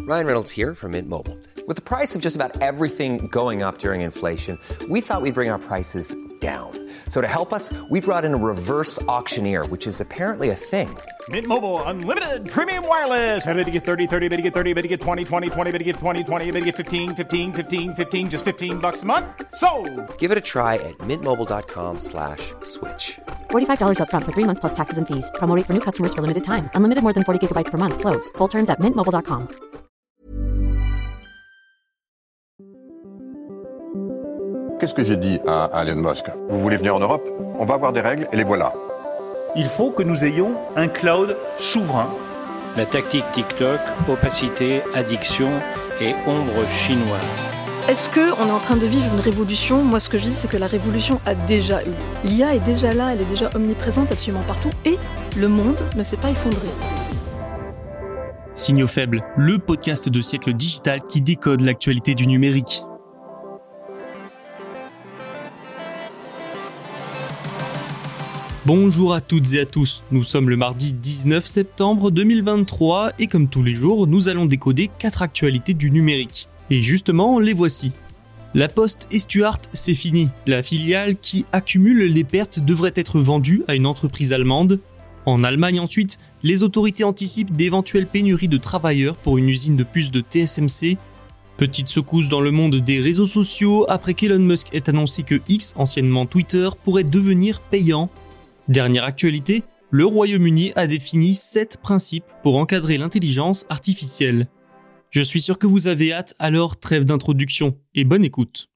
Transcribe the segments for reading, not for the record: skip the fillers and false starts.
Ryan Reynolds here from Mint Mobile. With the price of just about everything going up during inflation, we thought we'd bring our prices down. So to help us, we brought in a reverse auctioneer, which is apparently a thing. Mint Mobile Unlimited Premium Wireless. How to get 30, 30, bit to get 30, bit to get 20, 20, 20, bit to get 20, 20, bit to get 15, 15, 15, 15, just $15 a month? Sold! Give it a try at mintmobile.com/switch. $45 up front for 3 months plus taxes and fees. Promo rate for new customers for limited time. Unlimited more than 40 gigabytes per month. Slows full terms at mintmobile.com. Qu'est-ce que j'ai dit à Elon Musk ? Vous voulez venir en Europe ? On va avoir des règles et les voilà. Il faut que nous ayons un cloud souverain. La tactique TikTok, opacité, addiction et ombre chinoise. Est-ce qu'on est en train de vivre une révolution ? Moi, ce que je dis, c'est que la révolution a déjà eu. L'IA est déjà là, elle est déjà omniprésente absolument partout, et le monde ne s'est pas effondré. Signaux faibles, le podcast de Siècle Digital qui décode l'actualité du numérique. Bonjour à toutes et à tous, nous sommes le mardi 19 septembre 2023 et comme tous les jours, nous allons décoder 4 actualités du numérique. Et justement, les voici. La Poste et Stuart, c'est fini. La filiale qui accumule les pertes devrait être vendue à une entreprise allemande. En Allemagne ensuite, les autorités anticipent d'éventuelles pénuries de travailleurs pour une usine de puces de TSMC. Petite secousse dans le monde des réseaux sociaux après qu'Elon Musk ait annoncé que X, anciennement Twitter, pourrait devenir payant. Dernière actualité, le Royaume-Uni a défini 7 principes pour encadrer l'intelligence artificielle. Je suis sûr que vous avez hâte, alors trêve d'introduction et bonne écoute.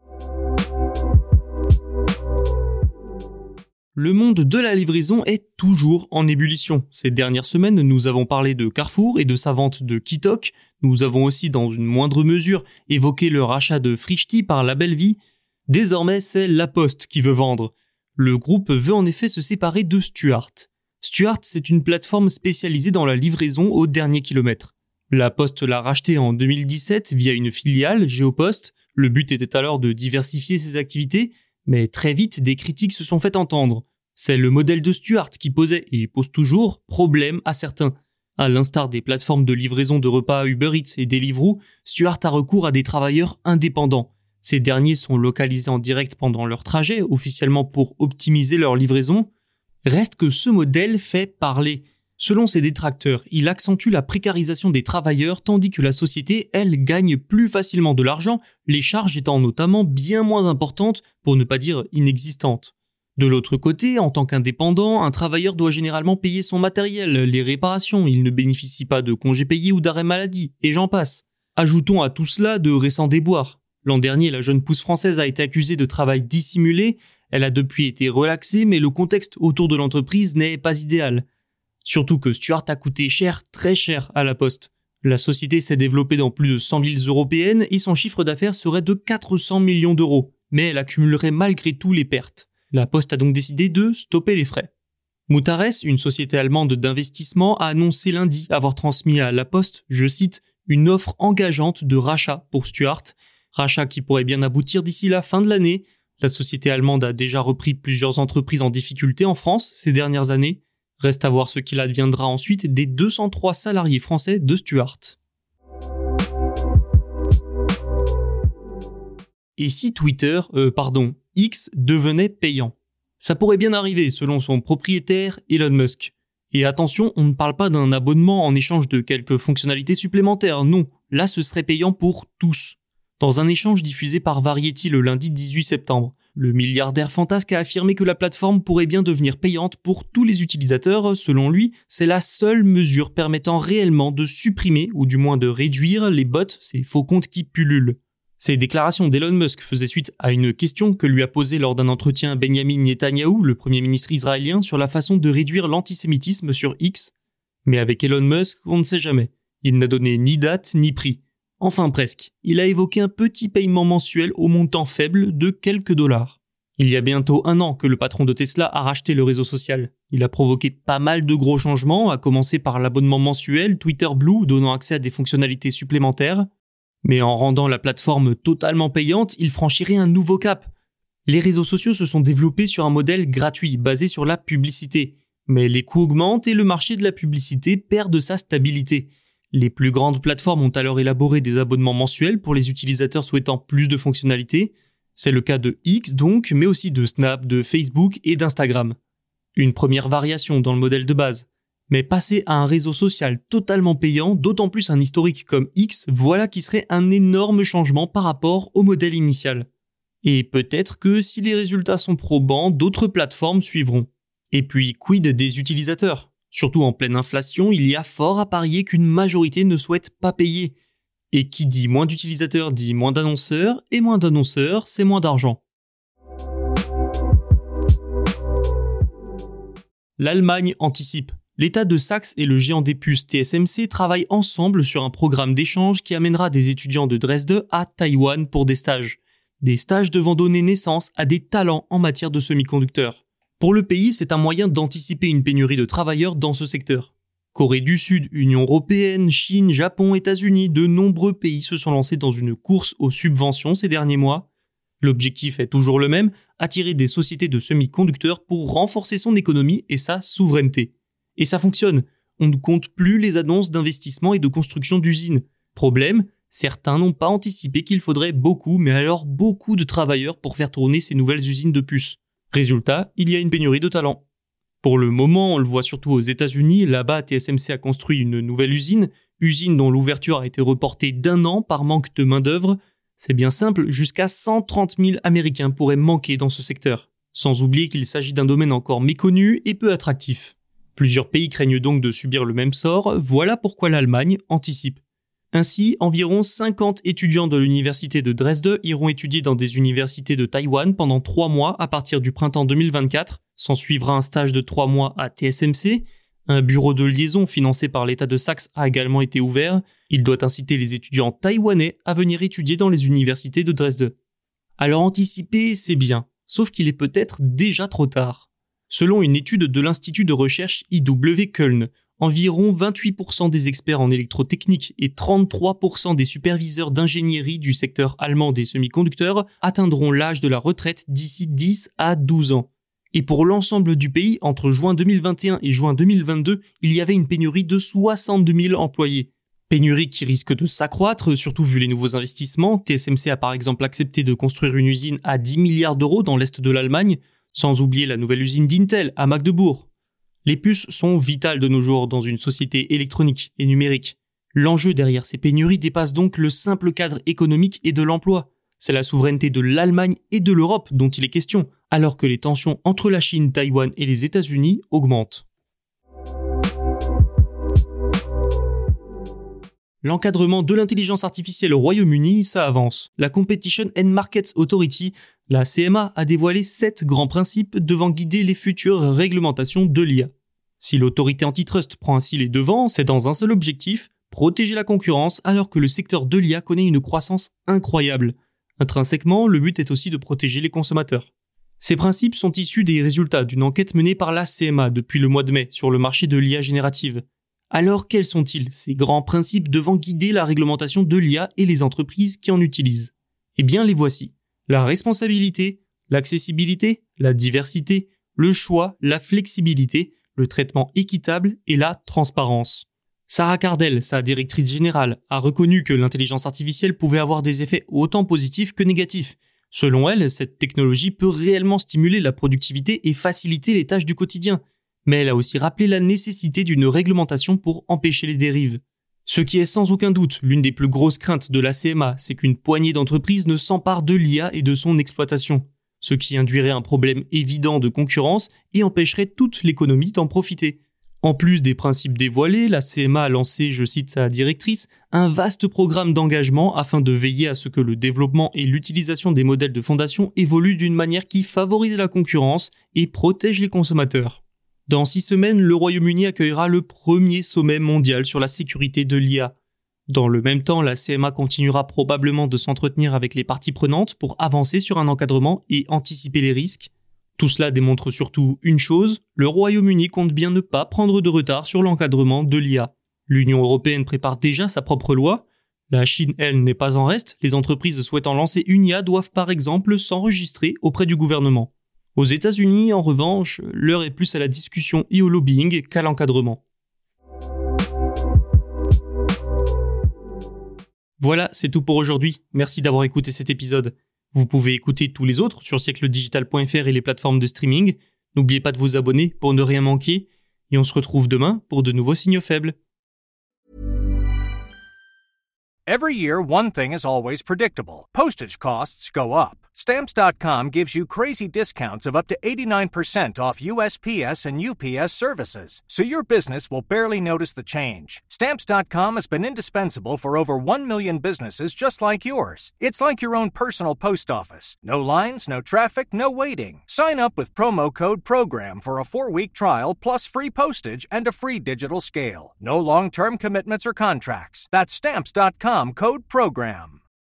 Le monde de la livraison est toujours en ébullition. Ces dernières semaines, nous avons parlé de Carrefour et de sa vente de Kitok. Nous avons aussi, dans une moindre mesure, évoqué le rachat de Frischti par La Belle Vie. Désormais, c'est La Poste qui veut vendre. Le groupe veut en effet se séparer de Stuart. Stuart, c'est une plateforme spécialisée dans la livraison au dernier kilomètre. La Poste l'a racheté en 2017 via une filiale, Geopost. Le but était alors de diversifier ses activités, mais très vite des critiques se sont fait entendre. C'est le modèle de Stuart qui posait, et pose toujours, problème à certains. À l'instar des plateformes de livraison de repas Uber Eats et Deliveroo, Stuart a recours à des travailleurs indépendants. Ces derniers sont localisés en direct pendant leur trajet, officiellement pour optimiser leur livraison. Reste que ce modèle fait parler. Selon ses détracteurs, il accentue la précarisation des travailleurs tandis que la société, elle, gagne plus facilement de l'argent, les charges étant notamment bien moins importantes, pour ne pas dire inexistantes. De l'autre côté, en tant qu'indépendant, un travailleur doit généralement payer son matériel, les réparations, il ne bénéficie pas de congés payés ou d'arrêt maladie, et j'en passe. Ajoutons à tout cela de récents déboires. L'an dernier, la jeune pousse française a été accusée de travail dissimulé, elle a depuis été relaxée, mais le contexte autour de l'entreprise n'est pas idéal. Surtout que Stuart a coûté cher, très cher à la Poste. La société s'est développée dans plus de 100 villes européennes et son chiffre d'affaires serait de 400 millions d'euros. Mais elle accumulerait malgré tout les pertes. La Poste a donc décidé de stopper les frais. Mutares, une société allemande d'investissement, a annoncé lundi avoir transmis à la Poste, je cite, une offre engageante de rachat pour Stuart. Rachat qui pourrait bien aboutir d'ici la fin de l'année. La société allemande a déjà repris plusieurs entreprises en difficulté en France ces dernières années. Reste à voir ce qu'il adviendra ensuite des 203 salariés français de Stuart. Et si X devenait payant ? Ça pourrait bien arriver selon son propriétaire Elon Musk. Et attention, on ne parle pas d'un abonnement en échange de quelques fonctionnalités supplémentaires, non. Là, ce serait payant pour tous. Dans un échange diffusé par Variety le lundi 18 septembre, le milliardaire fantasque a affirmé que la plateforme pourrait bien devenir payante pour tous les utilisateurs. Selon lui, c'est la seule mesure permettant réellement de supprimer, ou du moins de réduire, les bots, ces faux comptes qui pullulent. Ces déclarations d'Elon Musk faisaient suite à une question que lui a posée lors d'un entretien Benjamin Netanyahou, le premier ministre israélien, sur la façon de réduire l'antisémitisme sur X. Mais avec Elon Musk, on ne sait jamais. Il n'a donné ni date ni prix. Enfin presque, il a évoqué un petit paiement mensuel au montant faible de quelques dollars. Il y a bientôt 1 an que le patron de Tesla a racheté le réseau social. Il a provoqué pas mal de gros changements, à commencer par l'abonnement mensuel Twitter Blue donnant accès à des fonctionnalités supplémentaires. Mais en rendant la plateforme totalement payante, il franchirait un nouveau cap. Les réseaux sociaux se sont développés sur un modèle gratuit, basé sur la publicité. Mais les coûts augmentent et le marché de la publicité perd de sa stabilité. Les plus grandes plateformes ont alors élaboré des abonnements mensuels pour les utilisateurs souhaitant plus de fonctionnalités. C'est le cas de X donc, mais aussi de Snap, de Facebook et d'Instagram. Une première variation dans le modèle de base. Mais passer à un réseau social totalement payant, d'autant plus un historique comme X, voilà qui serait un énorme changement par rapport au modèle initial. Et peut-être que si les résultats sont probants, d'autres plateformes suivront. Et puis, quid des utilisateurs ? Surtout en pleine inflation, il y a fort à parier qu'une majorité ne souhaite pas payer. Et qui dit moins d'utilisateurs dit moins d'annonceurs, et moins d'annonceurs, c'est moins d'argent. L'Allemagne anticipe. L'État de Saxe et le géant des puces TSMC travaillent ensemble sur un programme d'échange qui amènera des étudiants de Dresde à Taïwan pour des stages. Des stages devant donner naissance à des talents en matière de semi-conducteurs. Pour le pays, c'est un moyen d'anticiper une pénurie de travailleurs dans ce secteur. Corée du Sud, Union européenne, Chine, Japon, États-Unis, de nombreux pays se sont lancés dans une course aux subventions ces derniers mois. L'objectif est toujours le même, attirer des sociétés de semi-conducteurs pour renforcer son économie et sa souveraineté. Et ça fonctionne. On ne compte plus les annonces d'investissement et de construction d'usines. Problème, certains n'ont pas anticipé qu'il faudrait beaucoup, mais alors beaucoup de travailleurs pour faire tourner ces nouvelles usines de puces. Résultat, il y a une pénurie de talents. Pour le moment, on le voit surtout aux États-Unis. Là-bas, TSMC a construit une nouvelle usine dont l'ouverture a été reportée d'1 an par manque de main-d'œuvre. C'est bien simple, jusqu'à 130 000 Américains pourraient manquer dans ce secteur. Sans oublier qu'il s'agit d'un domaine encore méconnu et peu attractif. Plusieurs pays craignent donc de subir le même sort, voilà pourquoi l'Allemagne anticipe. Ainsi, environ 50 étudiants de l'université de Dresde iront étudier dans des universités de Taïwan pendant 3 mois à partir du printemps 2024. S'en suivra un stage de 3 mois à TSMC. Un bureau de liaison financé par l'État de Saxe a également été ouvert. Il doit inciter les étudiants taïwanais à venir étudier dans les universités de Dresde. Alors anticiper, c'est bien, sauf qu'il est peut-être déjà trop tard. Selon une étude de l'Institut de recherche IW Köln, environ 28% des experts en électrotechnique et 33% des superviseurs d'ingénierie du secteur allemand des semi-conducteurs atteindront l'âge de la retraite d'ici 10 à 12 ans. Et pour l'ensemble du pays, entre juin 2021 et juin 2022, il y avait une pénurie de 62 000 employés. Pénurie qui risque de s'accroître, surtout vu les nouveaux investissements. TSMC a par exemple accepté de construire une usine à 10 milliards d'euros dans l'est de l'Allemagne, sans oublier la nouvelle usine d'Intel à Magdebourg. Les puces sont vitales de nos jours dans une société électronique et numérique. L'enjeu derrière ces pénuries dépasse donc le simple cadre économique et de l'emploi. C'est la souveraineté de l'Allemagne et de l'Europe dont il est question, alors que les tensions entre la Chine, Taïwan et les États-Unis augmentent. L'encadrement de l'intelligence artificielle au Royaume-Uni, ça avance. La Competition and Markets Authority, la CMA, a dévoilé 7 grands principes devant guider les futures réglementations de l'IA. Si l'autorité antitrust prend ainsi les devants, c'est dans un seul objectif, protéger la concurrence alors que le secteur de l'IA connaît une croissance incroyable. Intrinsèquement, le but est aussi de protéger les consommateurs. Ces principes sont issus des résultats d'une enquête menée par la CMA depuis le mois de mai sur le marché de l'IA générative. Alors quels sont-ils, ces grands principes devant guider la réglementation de l'IA et les entreprises qui en utilisent ? Eh bien les voici. La responsabilité, l'accessibilité, la diversité, le choix, la flexibilité, le traitement équitable et la transparence. Sarah Cardell, sa directrice générale, a reconnu que l'intelligence artificielle pouvait avoir des effets autant positifs que négatifs. Selon elle, cette technologie peut réellement stimuler la productivité et faciliter les tâches du quotidien. Mais elle a aussi rappelé la nécessité d'une réglementation pour empêcher les dérives. Ce qui est sans aucun doute l'une des plus grosses craintes de la CMA, c'est qu'une poignée d'entreprises ne s'empare de l'IA et de son exploitation, ce qui induirait un problème évident de concurrence et empêcherait toute l'économie d'en profiter. En plus des principes dévoilés, la CMA a lancé, je cite sa directrice, un vaste programme d'engagement afin de veiller à ce que le développement et l'utilisation des modèles de fondation évoluent d'une manière qui favorise la concurrence et protège les consommateurs. Dans 6 semaines, le Royaume-Uni accueillera le premier sommet mondial sur la sécurité de l'IA. Dans le même temps, la CMA continuera probablement de s'entretenir avec les parties prenantes pour avancer sur un encadrement et anticiper les risques. Tout cela démontre surtout une chose, le Royaume-Uni compte bien ne pas prendre de retard sur l'encadrement de l'IA. L'Union européenne prépare déjà sa propre loi. La Chine, elle, n'est pas en reste. Les entreprises souhaitant lancer une IA doivent par exemple s'enregistrer auprès du gouvernement. Aux États-Unis, en revanche, l'heure est plus à la discussion et au lobbying qu'à l'encadrement. Voilà, c'est tout pour aujourd'hui. Merci d'avoir écouté cet épisode. Vous pouvez écouter tous les autres sur siècledigital.fr et les plateformes de streaming. N'oubliez pas de vous abonner pour ne rien manquer. Et on se retrouve demain pour de nouveaux signaux faibles. Every year, one thing is always predictable. Postage costs go up. Stamps.com gives you crazy discounts of up to 89% off USPS and UPS services, so your business will barely notice the change. Stamps.com has been indispensable for over 1 million businesses just like yours. It's like your own personal post office. No lines, no traffic, no waiting. Sign up with promo code PROGRAM for a 4-week trial plus free postage and a free digital scale. No long-term commitments or contracts. That's Stamps.com, code PROGRAM.